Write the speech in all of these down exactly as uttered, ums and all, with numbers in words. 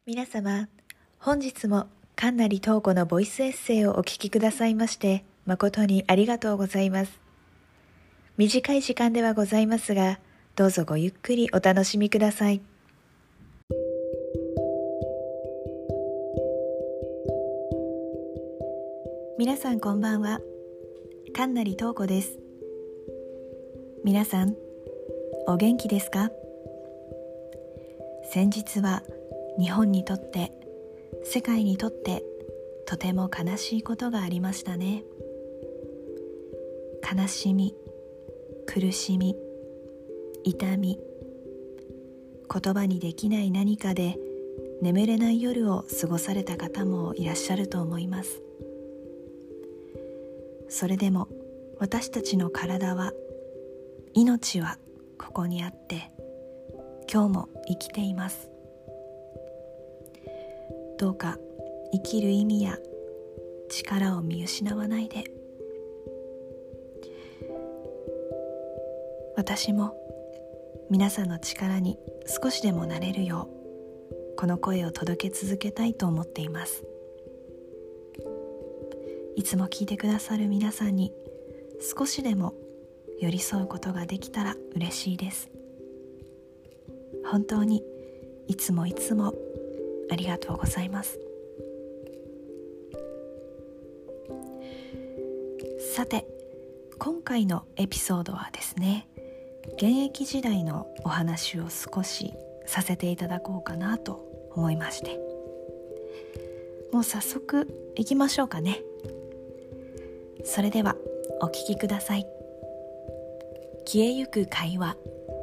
皆様、本日も神成東子のボイスエッセイをお聞きくださいまして誠にありがとうございます。短い時間ではございますが、どうぞごゆっくりお楽しみください。皆さんこんばんは、神成東子です。皆さんお元気ですか？先日は日本にとって世界にとってとても悲しいことがありましたね。悲しみ、苦しみ、痛み、言葉にできない何かで眠れない夜を過ごされた方もいらっしゃると思います。それでも私たちの体は、命はここにあって今日も生きています。どうか生きる意味や力を見失わないで。私も皆さんの力に少しでもなれるよう、この声を届け続けたいと思っています。いつも聞いてくださる皆さんに少しでも寄り添うことができたら嬉しいです。本当にいつもいつもありがとうございます。さて、今回のエピソードはですね、現役時代のお話を少しさせていただこうかなと思いまして、もう早速行きましょうかね。それではお聞きください。消えゆく会話。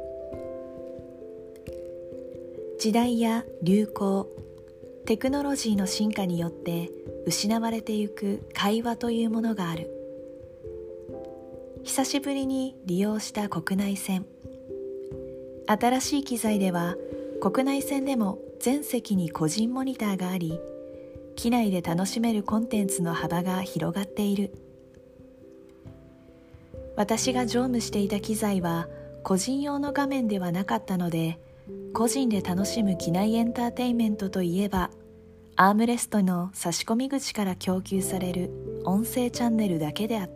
時代や流行、テクノロジーの進化によって失われてゆく会話というものがある。久しぶりに利用した国内線。新しい機材では国内線でも全席に個人モニターがあり、機内で楽しめるコンテンツの幅が広がっている。私が乗務していた機材は個人用の画面ではなかったので、個人で楽しむ機内エンターテインメントといえば、アームレストの差し込み口から供給される音声チャンネルだけであった。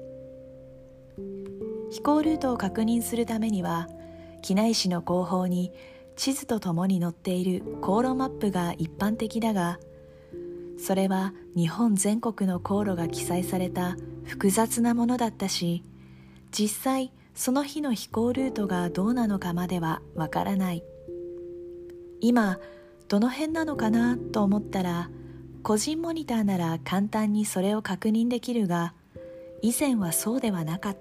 飛行ルートを確認するためには、機内紙の後方に地図とともに載っている航路マップが一般的だが、それは日本全国の航路が記載された複雑なものだったし、実際その日の飛行ルートがどうなのかまではわからない。今どの辺なのかなと思ったら、個人モニターなら簡単にそれを確認できるが、以前はそうではなかった。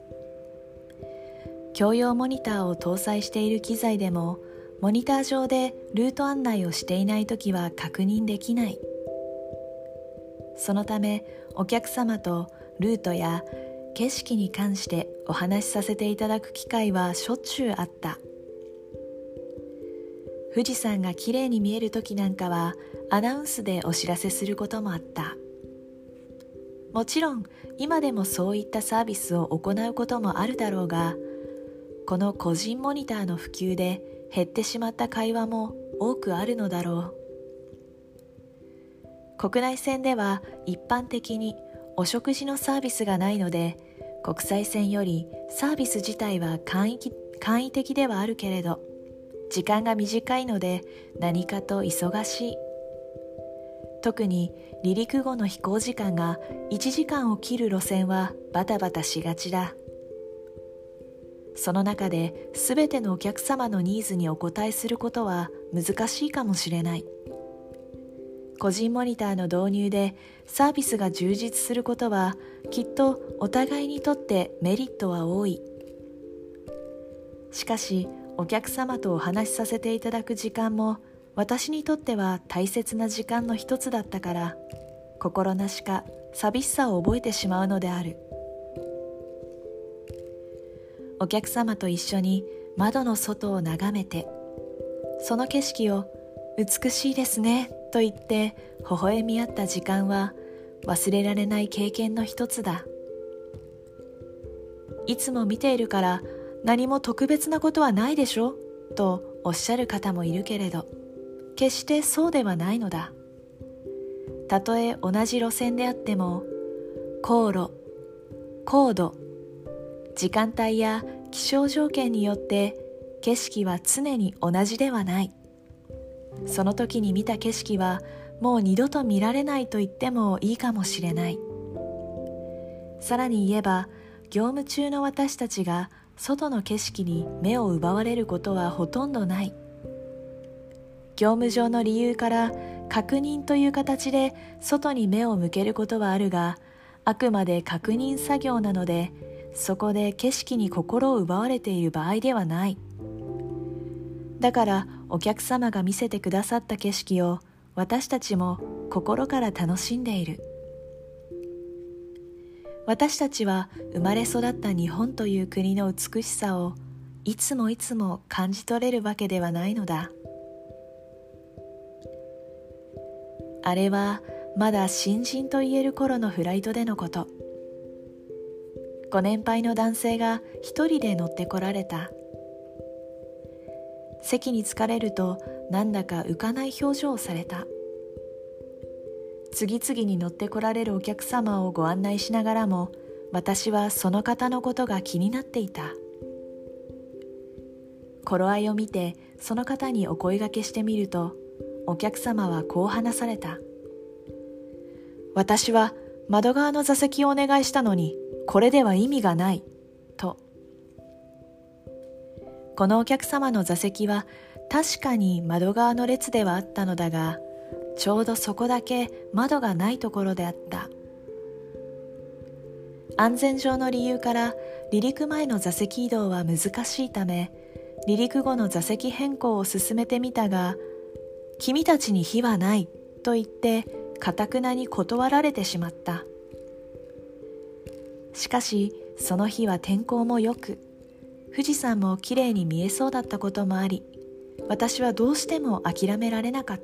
共用モニターを搭載している機材でも、モニター上でルート案内をしていないときは確認できない。そのためお客様とルートや景色に関してお話しさせていただく機会はしょっちゅうあった。富士山がきれいに見えるときなんかはアナウンスでお知らせすることもあった。もちろん今でもそういったサービスを行うこともあるだろうが、この個人モニターの普及で減ってしまった会話も多くあるのだろう。国内線では一般的にお食事のサービスがないので、国際線よりサービス自体は簡易、簡易的ではあるけれど、時間が短いので何かと忙しい。特に離陸後の飛行時間がいちじかんを切る路線はバタバタしがちだ。その中で全てのお客様のニーズにお応えすることは難しいかもしれない。個人モニターの導入でサービスが充実することはきっとお互いにとってメリットは多い。しかしお客様とお話しさせていただく時間も私にとっては大切な時間の一つだったから、心なしか寂しさを覚えてしまうのである。お客様と一緒に窓の外を眺めて、その景色を美しいですねと言って微笑み合った時間は忘れられない経験の一つだ。いつも見ているから何も特別なことはないでしょとおっしゃる方もいるけれど、 決してそうではないのだ。たとえ同じ路線であっても、航路、高度、時間帯や気象条件によって景色は常に同じではない。その時に見た景色はもう二度と見られないと言ってもいいかもしれない。さらに言えば、業務中の私たちが外の景色に目を奪われることはほとんどない。業務上の理由から確認という形で外に目を向けることはあるが、あくまで確認作業なので、そこで景色に心を奪われている場合ではない。だからお客様が見せてくださった景色を私たちも心から楽しんでいる。私たちは生まれ育った日本という国の美しさをいつもいつも感じ取れるわけではないのだ。あれはまだ新人と言える頃のフライトでのこと。ご年配の男性が一人で乗ってこられた。席に疲れるとなんだか浮かない表情をされた。次々に乗ってこられるお客様をご案内しながらも、私はその方のことが気になっていた。頃合いを見てその方にお声掛けしてみると、お客様はこう話された。私は窓側の座席をお願いしたのに、これでは意味がない、と。このお客様の座席は確かに窓側の列ではあったのだが、ちょうどそこだけ窓がないところであった。安全上の理由から離陸前の座席移動は難しいため、離陸後の座席変更を進めてみたが、君たちに非はないと言って堅くなに断られてしまった。しかしその日は天候も良く、富士山もきれいに見えそうだったこともあり、私はどうしても諦められなかった。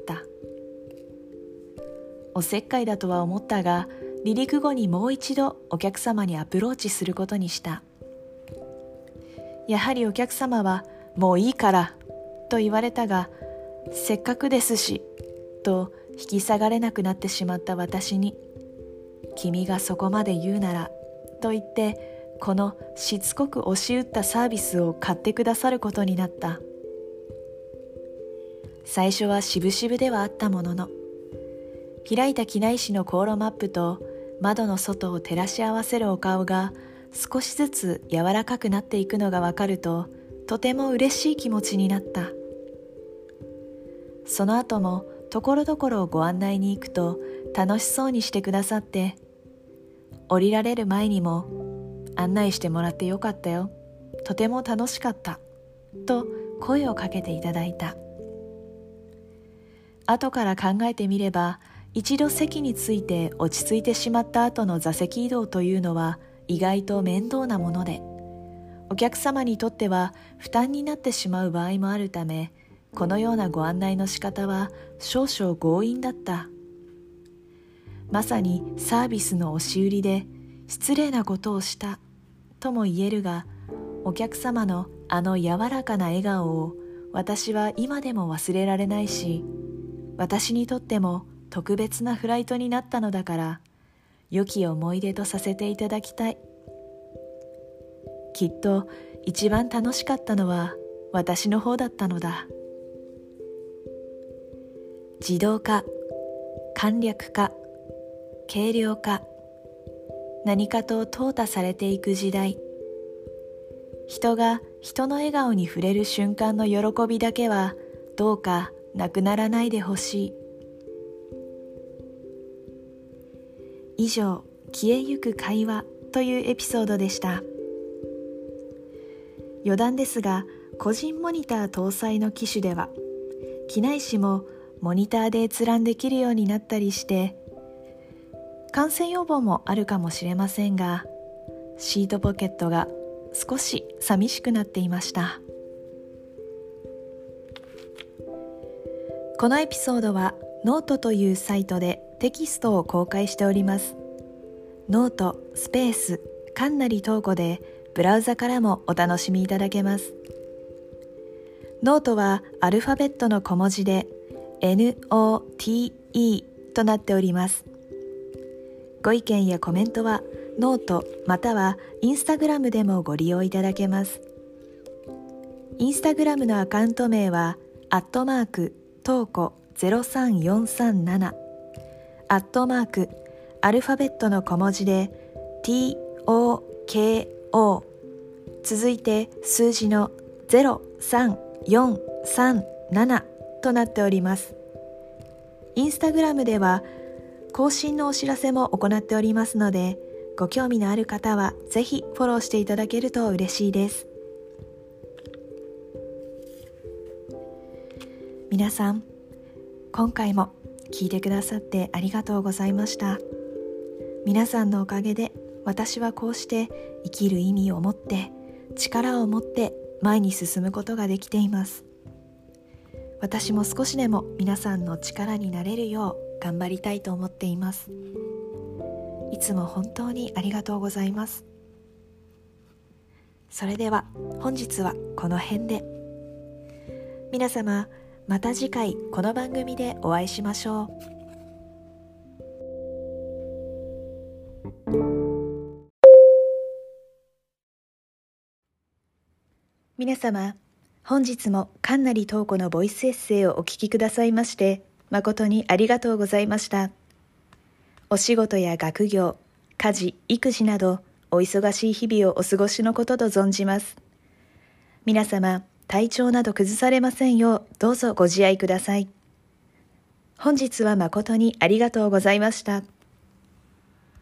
おせっかいだとは思ったが、離陸後にもう一度お客様にアプローチすることにした。やはりお客様はもういいからと言われたが、せっかくですしと引き下がれなくなってしまった私に、君がそこまで言うならと言って、このしつこく押し打ったサービスを買ってくださることになった。最初は渋々ではあったものの、開いた機内紙の航路マップと窓の外を照らし合わせるお顔が少しずつ柔らかくなっていくのがわかると、とても嬉しい気持ちになった。その後もところどころご案内に行くと楽しそうにしてくださって、降りられる前にも案内してもらってよかったよ、とても楽しかったと声をかけていただいた。後から考えてみれば、一度席について落ち着いてしまった後の座席移動というのは意外と面倒なもので、お客様にとっては負担になってしまう場合もあるため、このようなご案内の仕方は少々強引だった。まさにサービスの押し売りで失礼なことをしたとも言えるが、お客様のあの柔らかな笑顔を私は今でも忘れられないし、私にとっても特別なフライトになったのだから、良き思い出とさせていただきたい。きっと一番楽しかったのは私の方だったのだ。自動化、簡略化、軽量化、何かと淘汰されていく時代。人が人の笑顔に触れる瞬間の喜びだけはどうかなくならないでほしい。以上、消えゆく会話というエピソードでした。余談ですが、個人モニター搭載の機種では、機内紙もモニターで閲覧できるようになったりして、感染予防もあるかもしれませんが、シートポケットが少し寂しくなっていました。このエピソードはノートというサイトでテキストを公開しております。ノートスペースかんなりとうこでブラウザからもお楽しみいただけます。ノートはアルファベットの小文字でノーテ となっております。ご意見やコメントはノートまたはインスタグラムでもご利用いただけます。インスタグラムのアカウント名はアットマークトーコゼロさんよんさんなな、アットマークアルファベットの小文字で トーコ、続いて数字のゼロさんよんさんななとなっております。インスタグラムでは更新のお知らせも行っておりますので、ご興味のある方はぜひフォローしていただけると嬉しいです。皆さん、今回も聞いてくださってありがとうございました。皆さんのおかげで私はこうして生きる意味を持って力を持って前に進むことができています。私も少しでも皆さんの力になれるよう頑張りたいと思っています。いつも本当にありがとうございます。それでは本日はこの辺で。皆様、また次回この番組でお会いしましょう。皆様、本日も神成東子のボイスエッセイをお聞きくださいまして誠にありがとうございました。お仕事や学業、家事、育児などお忙しい日々をお過ごしのことと存じます。皆様、体調など崩されませんようどうぞご自愛ください。本日は誠にありがとうございました。